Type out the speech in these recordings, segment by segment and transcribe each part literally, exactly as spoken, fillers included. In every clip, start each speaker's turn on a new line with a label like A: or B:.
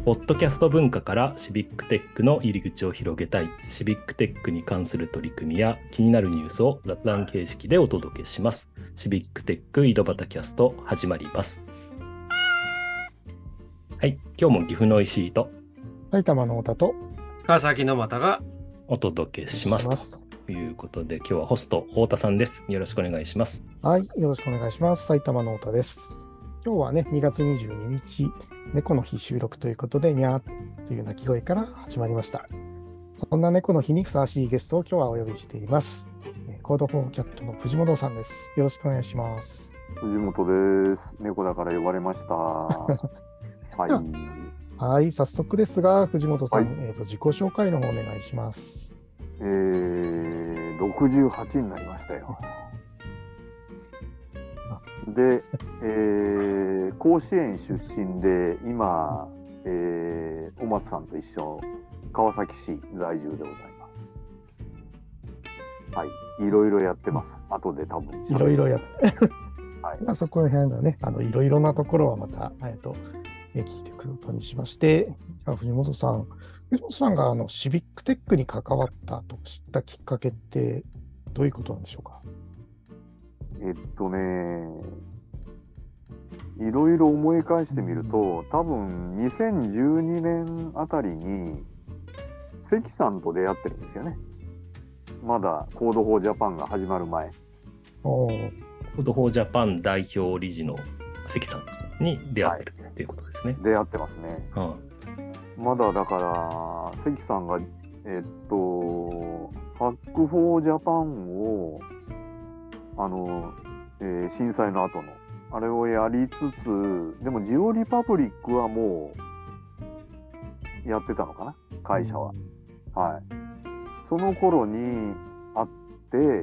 A: ポッドキャスト文化からシビックテックの入り口を広げたい、シビックテックに関する取り組みや気になるニュースを雑談形式でお届けします。シビックテック井戸端キャスト始まります。はい、今日も岐阜の石井と
B: 埼玉の太田と
C: 川崎の又が
A: お届けしますということで、今日はホスト太田さんです。よろしくお願いします。
B: はい、よろしくお願いします。埼玉の太田です。今日はね、にがつにじゅうににち、猫の日収録ということで、にゃーという鳴き声から始まりました。そんな猫の日にふさわしいゲストを今日はお呼びしています。コードフォーキャットの藤本さんです。よろしくお願いします。
D: 藤本です。猫だから呼ばれました。はい。
B: はい、早速ですが、藤本さん、
D: はい、
B: えーと、自己紹介の方お願いします。
D: えー、ろくじゅうはちになりましたよ。で、えー、甲子園出身で今、えー、お松さんと一緒川崎市在住でございます。はい、いろいろやってます。後で多分
B: いろいろやって、
D: はい、
B: まあそこら辺のね、あのいろいろなところはまた、えーと、聞いていくことにしまして、じゃあ藤本さん、藤本さんがあのシビックテックに関わったと知ったきっかけってどういうことなんでしょうか？
D: えっとね、いろいろ思い返してみると、多分にせんじゅうにねんあたりに関さんと出会ってるんですよね。まだコードフォージャパンが始まる前。
B: お
A: コードフォージャパン代表理事の関さんに出会ってるっていうことですね。
D: はい、出会ってますね。
A: は
D: あ、まだだから関さんがえっとハックフォージャパンをあの、えー、震災の後のあれをやりつつ、でもジオリパブリックはもうやってたのかな、会社は。はい。その頃に会って、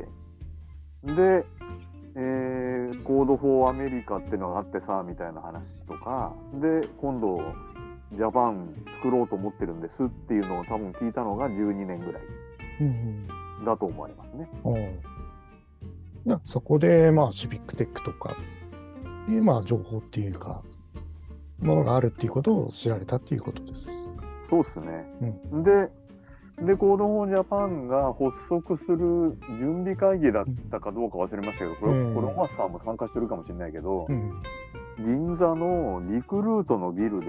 D: で、えー、コードフォーアメリカっていうのがあってさみたいな話とかで、今度ジャパン作ろうと思ってるんですっていうのを多分聞いたのがじゅうにねんぐらいだと思われますね。
B: うんうん、いやそこでまあシビックテックとかいうまあ情報っていうかものがあるっていうことを知られたっていうことです。
D: そうですね。
B: うん、
D: でで、コードフォージャパンが発足する準備会議だったかどうか忘れましたけど、これ、うん、これ小松さんも参加してるかもしれないけど、うん、銀座のリクルートのビル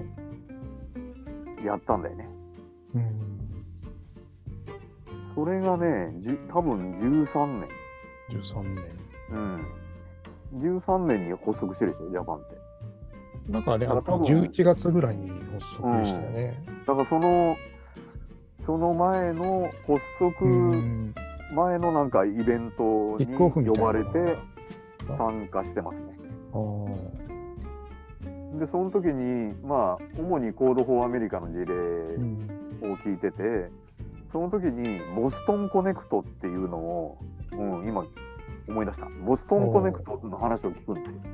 D: でやったんだよね。うん、それがね、多分じゅうさんねん。
B: じゅうさんねん。
D: うん。じゅうさんねんに発足してるでしょ、ジャパンって。
B: なんかね、あとじゅういちがつぐらいに発足でしたよね。
D: うん、だからその、その前の発足前のなんかイベントに呼ばれて参加してますね。で、その時に、まあ、主にコードフォーアメリカの事例を聞いてて、その時にボストンコネクトっていうのを、うん、今思い出した。ボストンコネクトの話を聞くんですよ。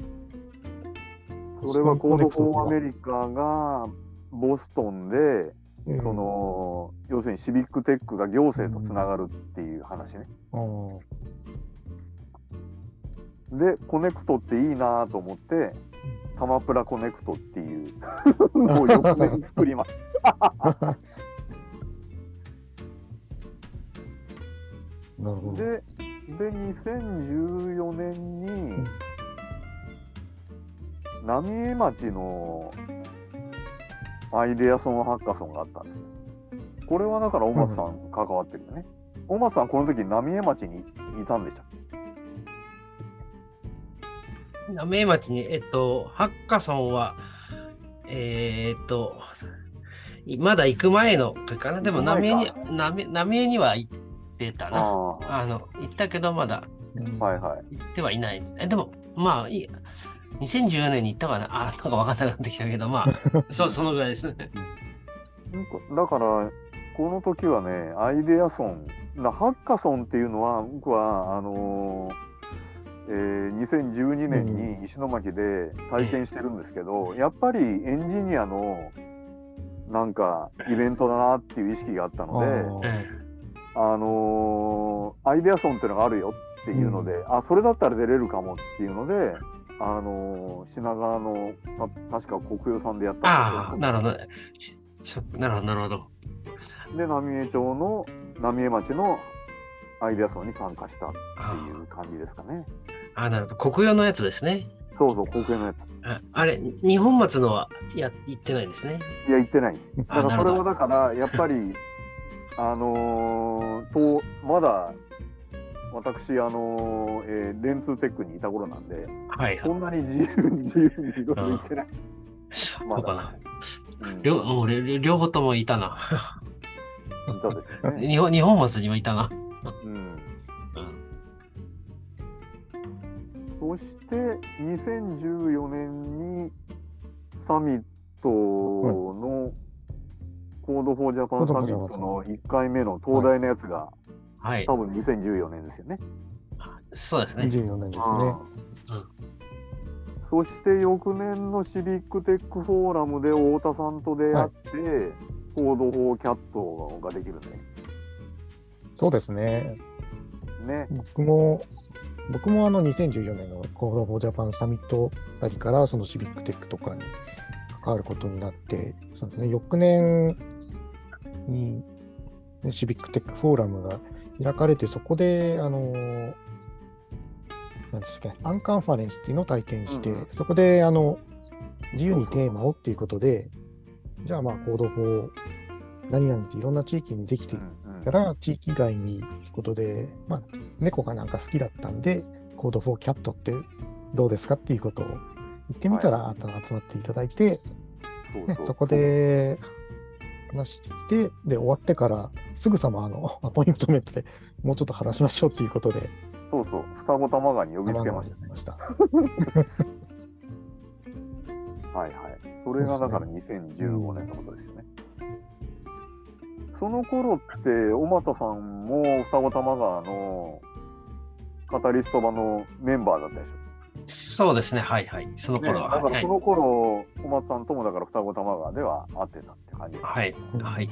D: それはコードフォーアメリカがボストンで、その要するにシビックテックが行政とつながるっていう話ね。うん、で、コネクトっていいなと思って、タマプラコネクトっていうのを翌年作ります。
B: なるほど。
D: で、でにせんじゅうよねんに、うん、浪江町のアイデアソンハッカソンがあったんですよ。これはだから小松さん関わってるよね。小松さんこの時浪江町にいたんでしたっ
C: け？浪江町に、えっと、ハッカソンは、えー、っと、まだ行く前の時かな。でも浪江に、浪浪江には行ってたな。ああの、行ったけどまだ、
D: うん、はいはい。
C: 行ってはいないです。えでも、まあ、いいにせんじゅうよねんに行ったかな。あ、なんか分かんなくなってきたけど、まあ、そ, そのぐらいですね。
D: だから、この時はね、アイデアソン、ハッカソンっていうのは、僕は、あのーえー、にせんじゅうにねんに石巻で体験してるんですけど、うん、やっぱりエンジニアのなんかイベントだなっていう意識があったので、あのー、アイデアソンっていうのがあるよっていうので、うん、あ、それだったら出れるかもっていうので、 あの品川のた確か国用さんでやったんですよ。
C: ああ、なるほど。しなるほど、なるほど。
D: で、浪江町の浪江町のアイデアソンに参加したっていう感じですかね。
C: ああ、なるほど。国用のやつですね。
D: そうそう、国営のやつ。
C: ああれ、二本松のはや行ってないんですね。
D: いや、行ってないんです。
C: あ
D: だからこれ
C: なるほど
D: はだから、やっぱり、あのーと、まだ、私、あのーえー、電通テックにいた頃なんで、
C: はいはい。
D: そんなに自由に自由にいろいろ行ってない。
C: そうかな。
D: うん、
C: 両もう両両方ともいたな。
D: そうですよね。
C: 日本日本松にもいたな。
D: うん、
C: うん
D: そしてにせんじゅうよねんにサミットのコードフォージャパンサミットのいっかいめの東大のやつが、
C: はい。
D: 多分にせんじゅうよねんですよね。
C: そうですね。
B: にじゅうよねんですね。
D: うんそして翌年のシビックテックフォーラムで太田さんと出会って、コードフォーキャットができるね。
B: そうですね。
D: ね。
B: 僕も、僕もあのにせんじゅうよねんのコードフォージャパンサミットあたりからそのシビックテックとかに関わることになって、そうですね、翌年に、ね、シビックテックフォーラムが開かれて、そこで、あの、なんですかね、アンカンファレンスっていうのを体験して、
D: うんうん、
B: そこであの自由にテーマをっていうことで、じゃあまあコードフォー何々っていろんな地域にできてるから、うんうん、地域外にということで、まあ、猫がなんか好きだったんで、コードフォーキャットってどうですかっていうことを言ってみたら、はい、集まっていただいて、そうね、そこで話してきて、で、終わってからすぐさまあのアポイントメントでもうちょっと話しましょうということで、
D: そうそう、双子玉川に呼びつけました。
B: ました
D: はいはい。それがだからにせんじゅうごねんのことですよね。その頃って、小俣さんも双子玉川のカタリスト場のメンバーだったでし
C: ょ。そうですね、はいはい。その頃は。
D: ね、だからその頃、はい、小松さんともだから双子玉川では会ってたって感じです、ね。
C: はいはい。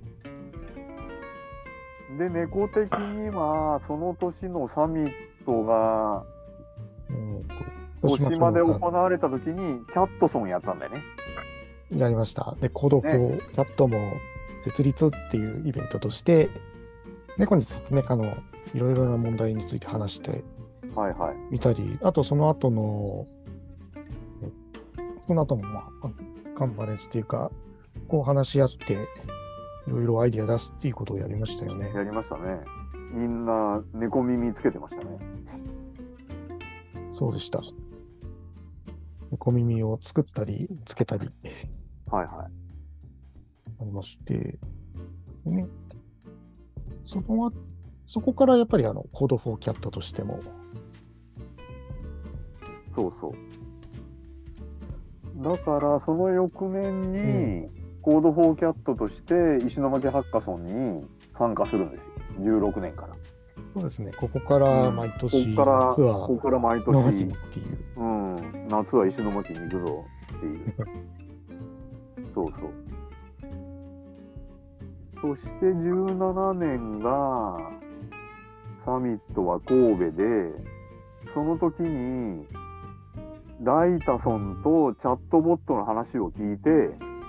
D: で、猫的には、その年のサミットが、豊島で行われた時に、キャットソンやったんだよね。
B: やりました。で、コードフォーキャットも設立っていうイベントとして、猫についてね、あの、いろいろな問題について話してみたり、はいはい、あとその後の、その後も、まあ、カンファレンスっていうか、こう話し合って、いろいろアイディア出すっていうことをやりましたよね。
D: やりましたね。みんな猫耳つけてましたね。
B: そうでした。猫耳を作ったり、つけたり。
D: はいはい。
B: ありまして。ね、そのそこからやっぱりあの、コードフォーキャットとしても。
D: そうそう。だからその翌年に、うん、コードフォーキャットとして石巻ハッカソンに参加するんですよ。じゅうろくねんから。
B: そうですね。ここから毎年、
D: うん、ここから
B: 夏は
D: ここから毎年
B: っていう。
D: うん。夏は石巻に行くぞっていう。そうそう。そしてじゅうななねんがサミットは神戸で、その時にライタソンとチャットボットの話を聞いて、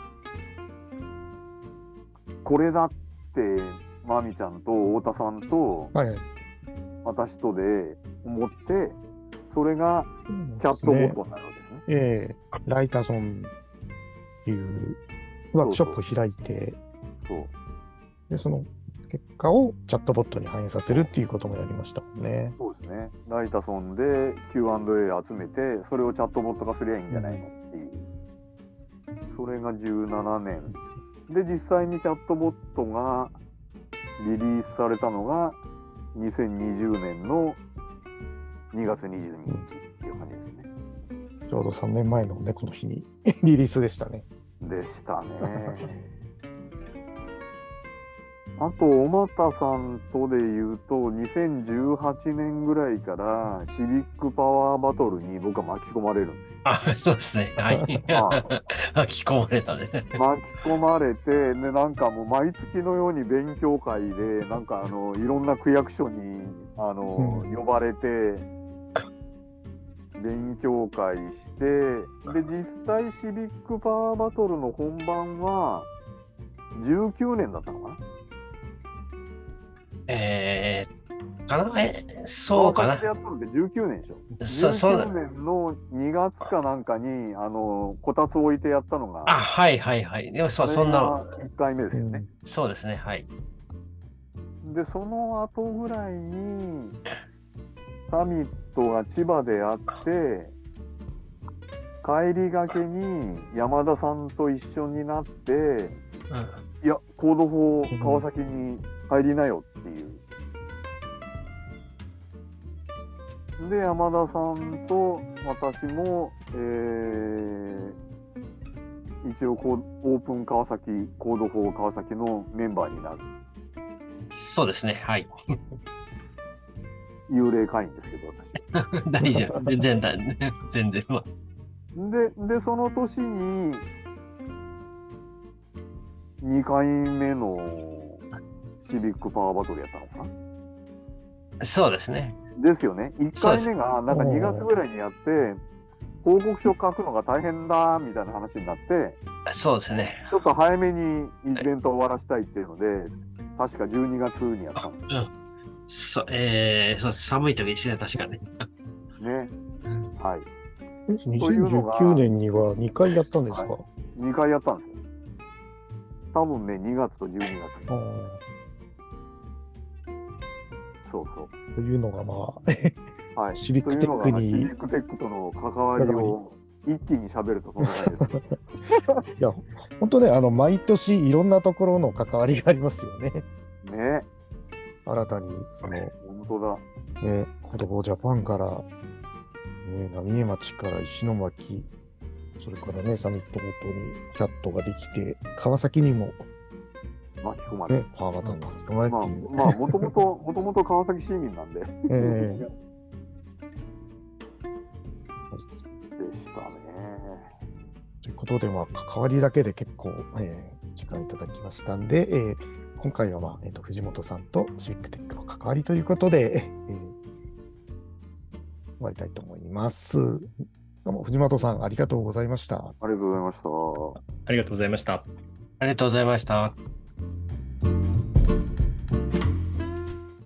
D: これだってまみちゃんと太田さんと私とで思って、それがチャットボットになるわけですね。
B: ええー、ライタソンっていうワークショップを開いて、
D: そうそう
B: でその結果をチャットボットに反映させるっていうこともやりましたもんね。
D: そうですね。ライタソンで キューアンドエー 集めて、それをチャットボット化すりゃいいんじゃないのっていう。それがじゅうななねん。で、実際にチャットボットがリリースされたのがにせんにじゅうねんのにがつにじゅうににちっていう感じですね。
B: ちょうどさんねんまえの猫の日にリリースでしたね。
D: でしたね。あと、小俣さんとで言うと、にせんじゅうはちねんぐらいからシビックパワーバトルに僕は巻き込まれるんですよ。
C: あ、そうですね。はい。巻き込まれたね。
D: 巻き込まれて、で、なんかもう毎月のように勉強会で、なんかあの、いろんな区役所に、あの、うん、呼ばれて、 勉強会して、で、実際シビックパワーバトルの本番はじゅうきゅうねんだったのかな。
C: えー、かなえ、そうかな。
D: 川崎でやったのってじゅうきゅうねんでしょ。
C: そ、そ
D: じゅうきゅうねんのにがつかなんかに、あの、こたつ置いてやったのが、
C: あ、はいはいはい。でもそ、
D: あれ
C: そんな、
D: がいっかいめですよね。
C: そうですね、はい。
D: で、その後ぐらいに、サミットが千葉であって、帰りがけに山田さんと一緒になって、
C: うん、
D: いや、コードフォー川崎に入りなよっていう。で、山田さんと私も、えー、一応こうオープン川崎、コードフォー川崎のメンバーになる。
C: そうですね、はい。
D: 幽霊会員ですけど、私。
C: 大丈夫。全然、だ全然、まあ。
D: で、で、その年に、にかいめのシビックパワーバトルやったのかな。
C: そうですね。
D: ですよね。いっかいめがなんかにがつぐらいにやって、報告書書くのが大変だみたいな話になって、
C: そうですね。
D: ちょっと早めにイベントを終わらせたいっていうので、確かじゅうにがつにやったんです。
C: うん。そ、えー、そうです。寒い時ですね、確かね。
D: ね。はい。
B: にせんじゅうきゅうねんにはにかいやったんですか？
D: はい、にかいやったんですよ。多分ね、にがつとじゅうにがつに。そうそう。
B: というのがまあ、
D: はい、
B: シビックテックに。
D: シビックテックとの関わりを一気に喋るとそんな感じです。
B: いや、本当ね、あの、毎年いろんなところの関わりがありますよね。
D: ね。
B: 新たに、その、
D: 本当だ。
B: ね、コードフォージャパンから、ね、浪江町から石巻、それからね、サミットごとにキャットができて、川崎にも、
D: 巻き込まれて、
B: ね、パワーバトルに巻き込まれてっていう。
D: まあ、まあ、もともと、もともと川崎市民なんで。
B: えー
D: でしたね。
B: ということで、まあ、関わりだけで結構、えー、時間いただきましたんで、えー、今回は、まあえーと、藤本さんとシビックテックの関わりということで、えー、終わりたいと思います。どうも藤本さん、ありがとうございました。
D: ありがとうございました。
A: ありがとうございました。
C: ありがとうございました。